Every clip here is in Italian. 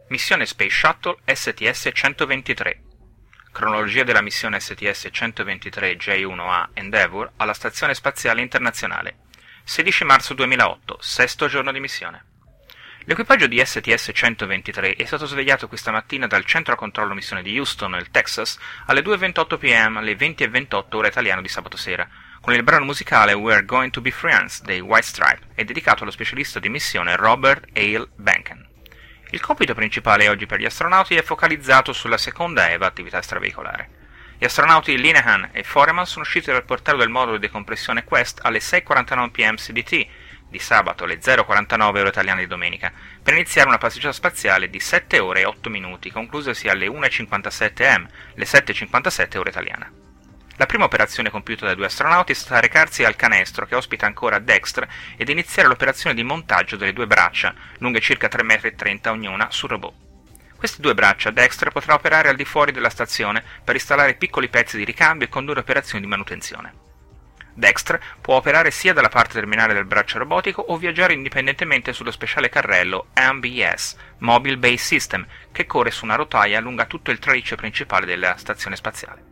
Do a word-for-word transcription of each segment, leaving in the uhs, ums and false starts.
Missione Space Shuttle S T S centoventitré. Cronologia della missione S T S centoventitré J uno A Endeavour alla Stazione Spaziale Internazionale. sedici marzo duemilaotto, sesto giorno di missione. L'equipaggio di S T S centoventitré è stato svegliato questa mattina dal centro controllo missione di Houston, nel Texas, alle due e ventotto p m, alle venti e ventotto ora italiano di sabato sera, con il brano musicale We're Going to Be Friends dei White Stripe e dedicato allo specialista di missione Robert Hale Benken. Il compito principale oggi per gli astronauti è focalizzato sulla seconda E V A, attività extraveicolare. Gli astronauti Linehan e Foreman sono usciti dal portello del modulo di decompressione Quest alle sei e quarantanove p m C D T di sabato, alle zero e quarantanove ora italiane di domenica, per iniziare una passeggiata spaziale di sette ore e otto minuti, conclusasi alle una e cinquantasette a m, le sette e cinquantasette ora italiana. La prima operazione compiuta dai due astronauti è stata recarsi al canestro che ospita ancora Dextre ed iniziare l'operazione di montaggio delle due braccia, lunghe circa tre virgola trenta metri ognuna, sul robot. Queste due braccia Dextre potrà operare al di fuori della stazione per installare piccoli pezzi di ricambio e condurre operazioni di manutenzione. Dextre può operare sia dalla parte terminale del braccio robotico o viaggiare indipendentemente sullo speciale carrello M B S, Mobile Base System, che corre su una rotaia lunga tutto il traliccio principale della stazione spaziale.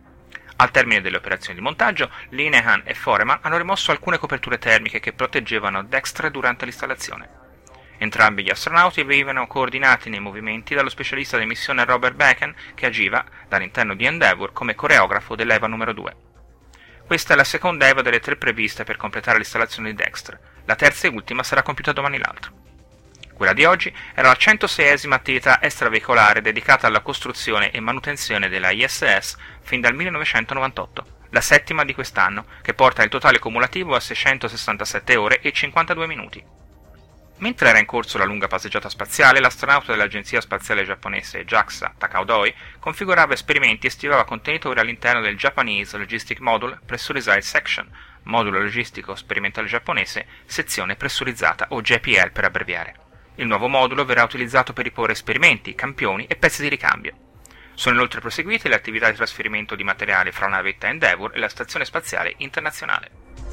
Al termine delle operazioni di montaggio, Linehan e Foreman hanno rimosso alcune coperture termiche che proteggevano Dextre durante l'installazione. Entrambi gli astronauti venivano coordinati nei movimenti dallo specialista di missione Robert Benken, che agiva, dall'interno di Endeavour, come coreografo dell'E V A numero due. Questa è la seconda E V A delle tre previste per completare l'installazione di Dextre. La terza e ultima sarà compiuta domani l'altro. Quella di oggi era la centoseiesima attività extraveicolare dedicata alla costruzione e manutenzione della I S S fin dal millenovecentonovantotto, la settima di quest'anno, che porta il totale cumulativo a seicentosessantasette ore e cinquantadue minuti. Mentre era in corso la lunga passeggiata spaziale, l'astronauta dell'agenzia spaziale giapponese JAXA, Takao Doi, configurava esperimenti e stivava contenitori all'interno del Japanese Logistic Module Pressurized Section, modulo logistico sperimentale giapponese, sezione pressurizzata o J P L per abbreviare. Il nuovo modulo verrà utilizzato per riporre esperimenti, campioni e pezzi di ricambio. Sono inoltre proseguite le attività di trasferimento di materiale fra la navetta Endeavour e la Stazione Spaziale Internazionale.